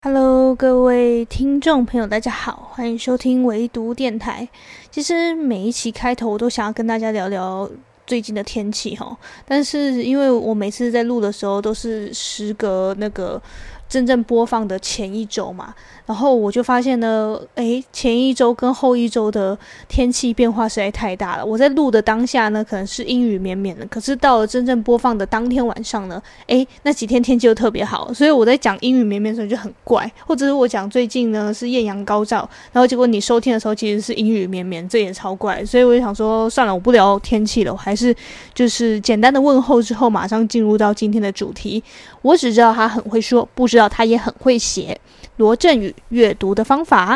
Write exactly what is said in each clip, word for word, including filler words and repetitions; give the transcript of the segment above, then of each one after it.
Hello，各位听众朋友，大家好，欢迎收听唯读电台。其实每一期开头我都想要跟大家聊聊最近的天气齁，但是因为我每次在录的时候都是时隔那个真正播放的前一周嘛，然后我就发现呢，诶，前一周跟后一周的天气变化实在太大了。我在录的当下呢，可能是阴雨绵绵的，可是到了真正播放的当天晚上呢，诶，那几天天气又特别好，所以我在讲阴雨绵绵的时候就很怪，或者是我讲最近呢是艳阳高照，然后结果你收听的时候其实是阴雨绵绵，这也超怪。所以我就想说，算了，我不聊天气了，我还是就是简单的问候之后，马上进入到今天的主题。我只知道他很会说，不知道他也很会写。罗振宇阅读的方法。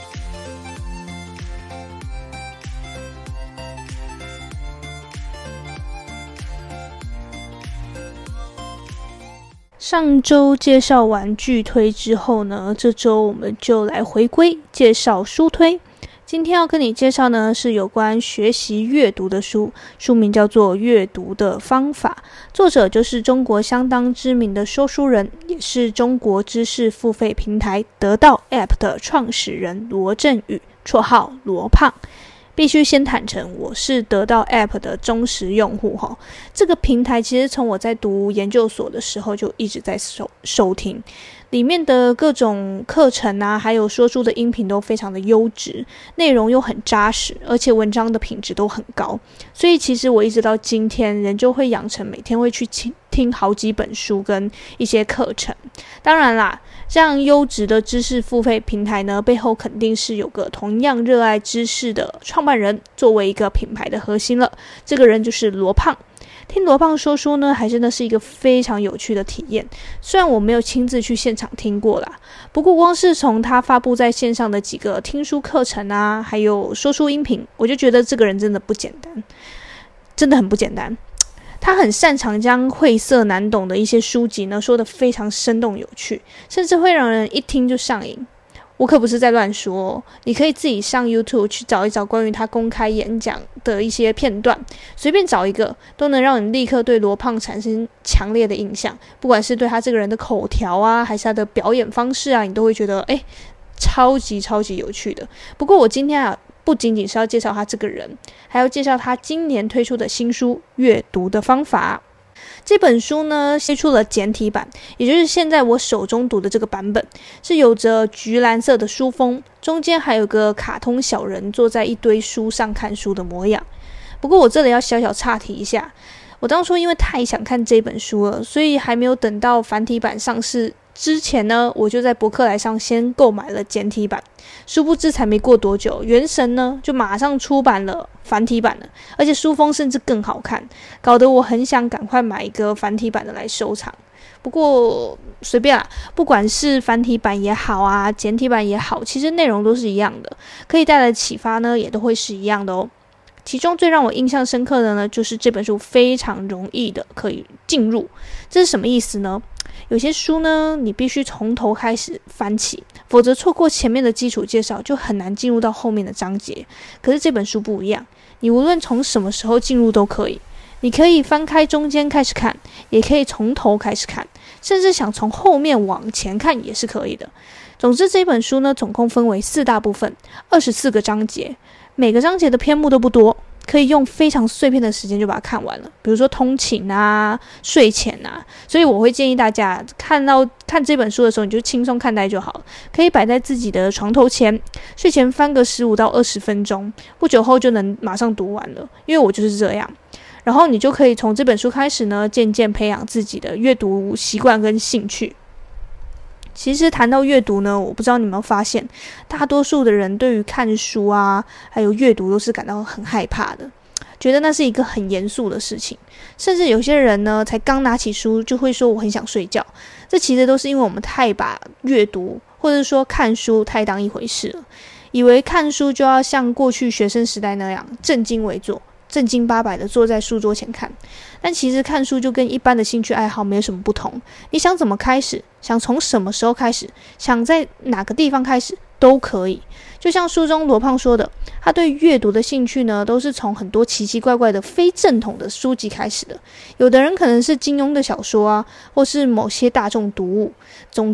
上周介绍完剧推之后呢，这周我们就来回归介绍书推。今天要跟你介绍呢是有关学习阅读的书，书名叫做《阅读的方法》，作者就是中国相当知名的说书人，也是中国知识付费平台得到 App 的创始人罗振宇，绰号罗胖。必须先坦诚，我是得到 App 的忠实用户齁。这个平台其实从我在读研究所的时候就一直在收收听，里面的各种课程啊，还有说书的音频都非常的优质，内容又很扎实，而且文章的品质都很高。所以其实我一直到今天仍旧会养成每天会去听听好几本书跟一些课程。当然啦，这样优质的知识付费平台呢，背后肯定是有个同样热爱知识的创办人作为一个品牌的核心了，这个人就是罗胖。听罗胖说书呢，还真的是一个非常有趣的体验。虽然我没有亲自去现场听过啦，不过光是从他发布在线上的几个听书课程啊，还有说书音频，我就觉得这个人真的不简单，真的很不简单。他很擅长将晦涩难懂的一些书籍呢说得非常生动有趣，甚至会让人一听就上瘾。我可不是在乱说哦，你可以自己上 YouTube 去找一找关于他公开演讲的一些片段，随便找一个都能让你立刻对罗胖产生强烈的印象，不管是对他这个人的口条啊，还是他的表演方式啊，你都会觉得诶超级超级有趣的。不过我今天啊不仅仅是要介绍他这个人，还要介绍他今年推出的新书《阅读的方法》。这本书呢推出了简体版，也就是现在我手中读的这个版本，是有着橘蓝色的书封，中间还有个卡通小人坐在一堆书上看书的模样。不过我这里要小小岔题一下，我当初因为太想看这本书了，所以还没有等到繁体版上市之前呢，我就在博客来上先购买了简体版。殊不知才没过多久，原神呢就马上出版了繁体版了，而且书封甚至更好看，搞得我很想赶快买一个繁体版的来收藏。不过随便啦，不管是繁体版也好啊，简体版也好，其实内容都是一样的，可以带来的启发呢也都会是一样的哦。其中最让我印象深刻的呢，就是这本书非常容易的可以进入。这是什么意思呢？有些书呢，你必须从头开始翻起，否则错过前面的基础介绍，就很难进入到后面的章节。可是这本书不一样，你无论从什么时候进入都可以。你可以翻开中间开始看，也可以从头开始看，甚至想从后面往前看也是可以的。总之这本书呢，总共分为四大部分，二十四个章节，每个章节的篇目都不多，可以用非常碎片的时间就把它看完了，比如说通勤啊、睡前啊。所以我会建议大家看到看这本书的时候，你就轻松看待就好了，可以摆在自己的床头前，睡前翻个十五到二十分钟，不久后就能马上读完了，因为我就是这样。然后你就可以从这本书开始呢，渐渐培养自己的阅读习惯跟兴趣。其实谈到阅读呢，我不知道你有没有发现，大多数的人对于看书啊还有阅读都是感到很害怕的，觉得那是一个很严肃的事情，甚至有些人呢才刚拿起书就会说我很想睡觉。这其实都是因为我们太把阅读或者说看书太当一回事了，以为看书就要像过去学生时代那样正襟危坐，正经八百的坐在书桌前看。但其实看书就跟一般的兴趣爱好没有什么不同，你想怎么开始，想从什么时候开始，想在哪个地方开始都可以。就像书中罗胖说的，他对阅读的兴趣呢，都是从很多奇奇怪怪的非正统的书籍开始的。有的人可能是金庸的小说啊，或是某些大众读物，总之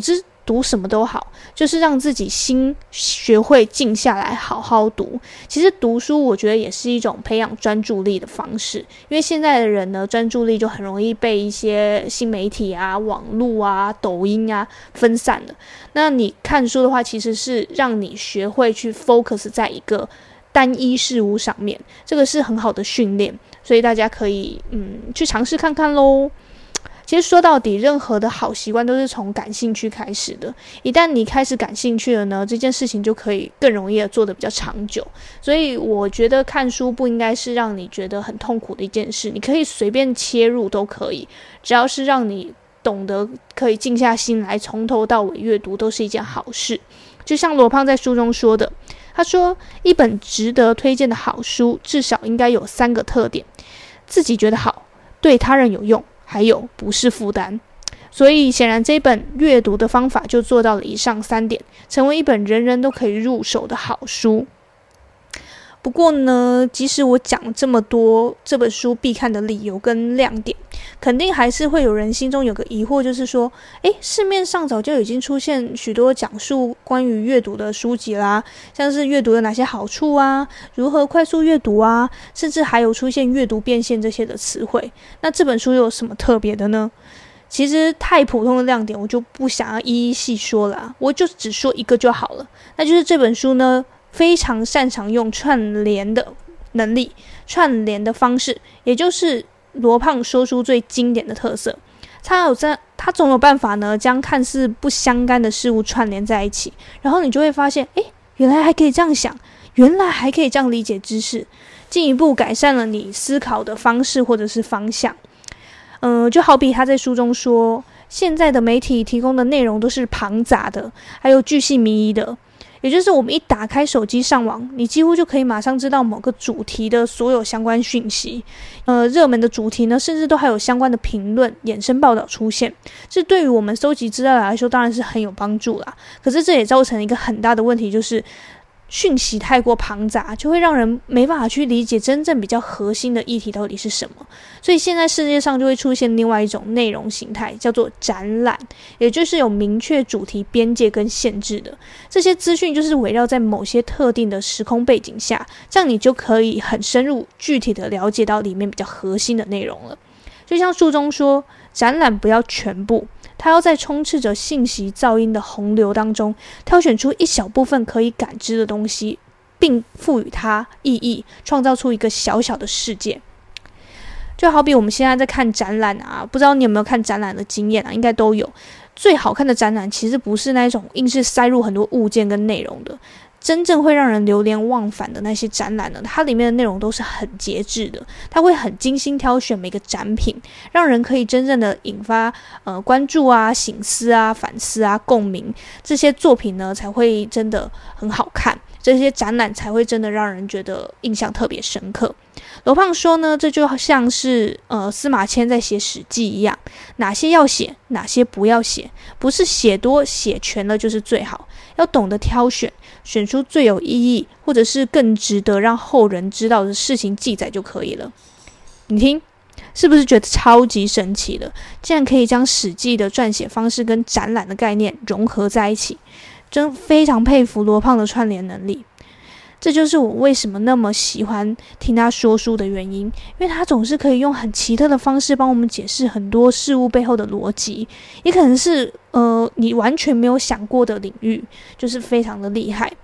读什么都好，就是让自己心学会静下来好好读。其实读书我觉得也是一种培养专注力的方式，因为现在的人呢，专注力就很容易被一些新媒体啊、网络啊、抖音啊分散了。那你看书的话，其实是让你学会去 focus 在一个单一事物上面，这个是很好的训练，所以大家可以嗯去尝试看看咯。其实说到底，任何的好习惯都是从感兴趣开始的。一旦你开始感兴趣了呢，这件事情就可以更容易的做得比较长久。所以我觉得看书不应该是让你觉得很痛苦的一件事，你可以随便切入都可以，只要是让你懂得可以静下心来从头到尾阅读，都是一件好事。就像罗胖在书中说的，他说一本值得推荐的好书至少应该有三个特点：自己觉得好，对他人有用，还有不是负担。所以显然这本阅读的方法就做到了以上三点，成为一本人人都可以入手的好书。不过呢，即使我讲这么多这本书必看的理由跟亮点，肯定还是会有人心中有个疑惑，就是说诶，市面上早就已经出现许多讲述关于阅读的书籍啦，像是阅读有哪些好处啊，如何快速阅读啊，甚至还有出现阅读变现这些的词汇。那这本书有什么特别的呢？其实太普通的亮点我就不想要一一细说了，我就只说一个就好了，那就是这本书呢非常擅长用串联的能力，串联的方式，也就是罗胖说书最经典的特色。他有在，他总有办法呢，将看似不相干的事物串联在一起，然后你就会发现，诶，原来还可以这样想，原来还可以这样理解知识，进一步改善了你思考的方式或者是方向。嗯、呃，就好比他在书中说，现在的媒体提供的内容都是庞杂的，还有巨细靡遗的。也就是我们一打开手机上网，你几乎就可以马上知道某个主题的所有相关讯息。呃，热门的主题呢，甚至都还有相关的评论、衍生报道出现。这对于我们搜集资料来说，当然是很有帮助啦。可是这也造成一个很大的问题，就是讯息太过庞杂，就会让人没办法去理解真正比较核心的议题到底是什么。所以现在世界上就会出现另外一种内容形态，叫做展览，也就是有明确主题边界跟限制的。这些资讯就是围绕在某些特定的时空背景下，这样你就可以很深入具体的了解到里面比较核心的内容了。就像书中说，展览不要全部，它要在充斥着信息噪音的洪流当中，挑选出一小部分可以感知的东西，并赋予它意义，创造出一个小小的世界。就好比我们现在在看展览啊，不知道你有没有看展览的经验啊？应该都有。最好看的展览其实不是那种硬是塞入很多物件跟内容的，真正会让人流连忘返的那些展览呢，它里面的内容都是很节制的，它会很精心挑选每个展品，让人可以真正的引发呃关注啊、省思啊、反思啊、共鸣，这些作品呢才会真的很好看，这些展览才会真的让人觉得印象特别深刻。罗胖说呢，这就像是呃司马迁在写史记一样，哪些要写，哪些不要写，不是写多写全了就是最好，要懂得挑选，选出最有意义或者是更值得让后人知道的事情记载就可以了。你听，是不是觉得超级神奇的？竟然可以将史记的撰写方式跟展览的概念融合在一起，真非常佩服罗胖的串联能力。这就是我为什么那么喜欢听他说书的原因，因为他总是可以用很奇特的方式帮我们解释很多事物背后的逻辑，也可能是呃你完全没有想过的领域，就是非常的厉害。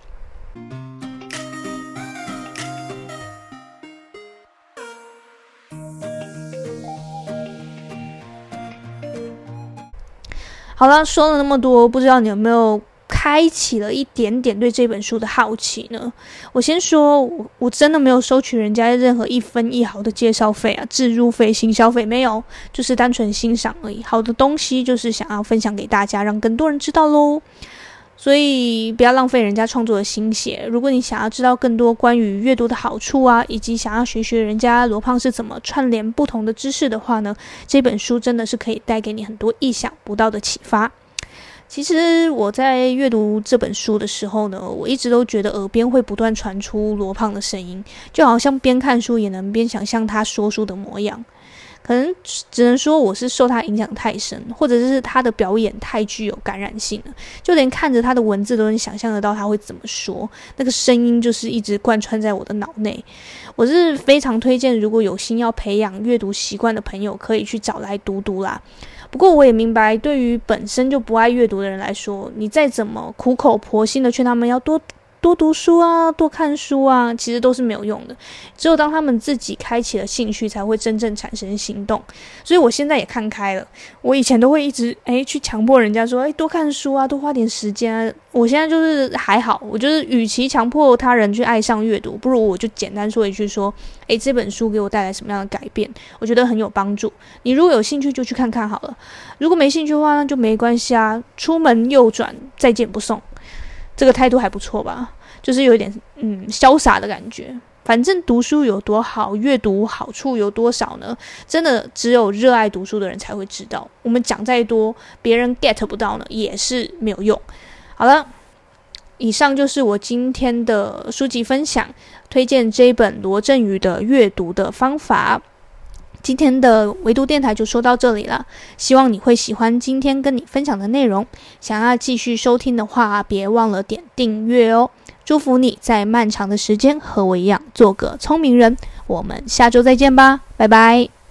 好了，说了那么多，不知道你有没有开启了一点点对这本书的好奇呢？我先说，我我真的没有收取人家任何一分一毫的介绍费啊、置入费、行销费，没有，就是单纯欣赏而已。好的东西就是想要分享给大家，让更多人知道咯。所以不要浪费人家创作的心血。如果你想要知道更多关于阅读的好处啊，以及想要学学人家罗胖是怎么串联不同的知识的话呢，这本书真的是可以带给你很多意想不到的启发。其实我在阅读这本书的时候呢，我一直都觉得耳边会不断传出罗胖的声音，就好像边看书也能边想象他说书的模样。 可能只能说我是受他影响太深，或者是他的表演太具有感染性了，就连看着他的文字都能想象得到他会怎么说，那个声音就是一直贯穿在我的脑内。我是非常推荐，如果有心要培养阅读习惯的朋友，可以去找来读读啦。不过我也明白，对于本身就不爱阅读的人来说，你再怎么苦口婆心的劝他们要多多读书啊，多看书啊，其实都是没有用的。只有当他们自己开启了兴趣，才会真正产生行动。所以我现在也看开了，我以前都会一直诶去强迫人家说，诶多看书啊，多花点时间啊。我现在就是还好，我就是与其强迫他人去爱上阅读，不如我就简单说一句说，诶这本书给我带来什么样的改变，我觉得很有帮助。你如果有兴趣就去看看好了，如果没兴趣的话那就没关系啊，出门右转再见不送。这个态度还不错吧，就是有一点嗯潇洒的感觉。反正读书有多好，阅读好处有多少呢？真的只有热爱读书的人才会知道。我们讲再多，别人 get 不到呢，也是没有用。好了，以上就是我今天的书籍分享，推荐这一本罗振宇的阅读的方法。今天的唯读电台就说到这里了，希望你会喜欢今天跟你分享的内容。想要继续收听的话，别忘了点订阅哦。祝福你在漫长的时间和我一样做个聪明人。我们下周再见吧，拜拜。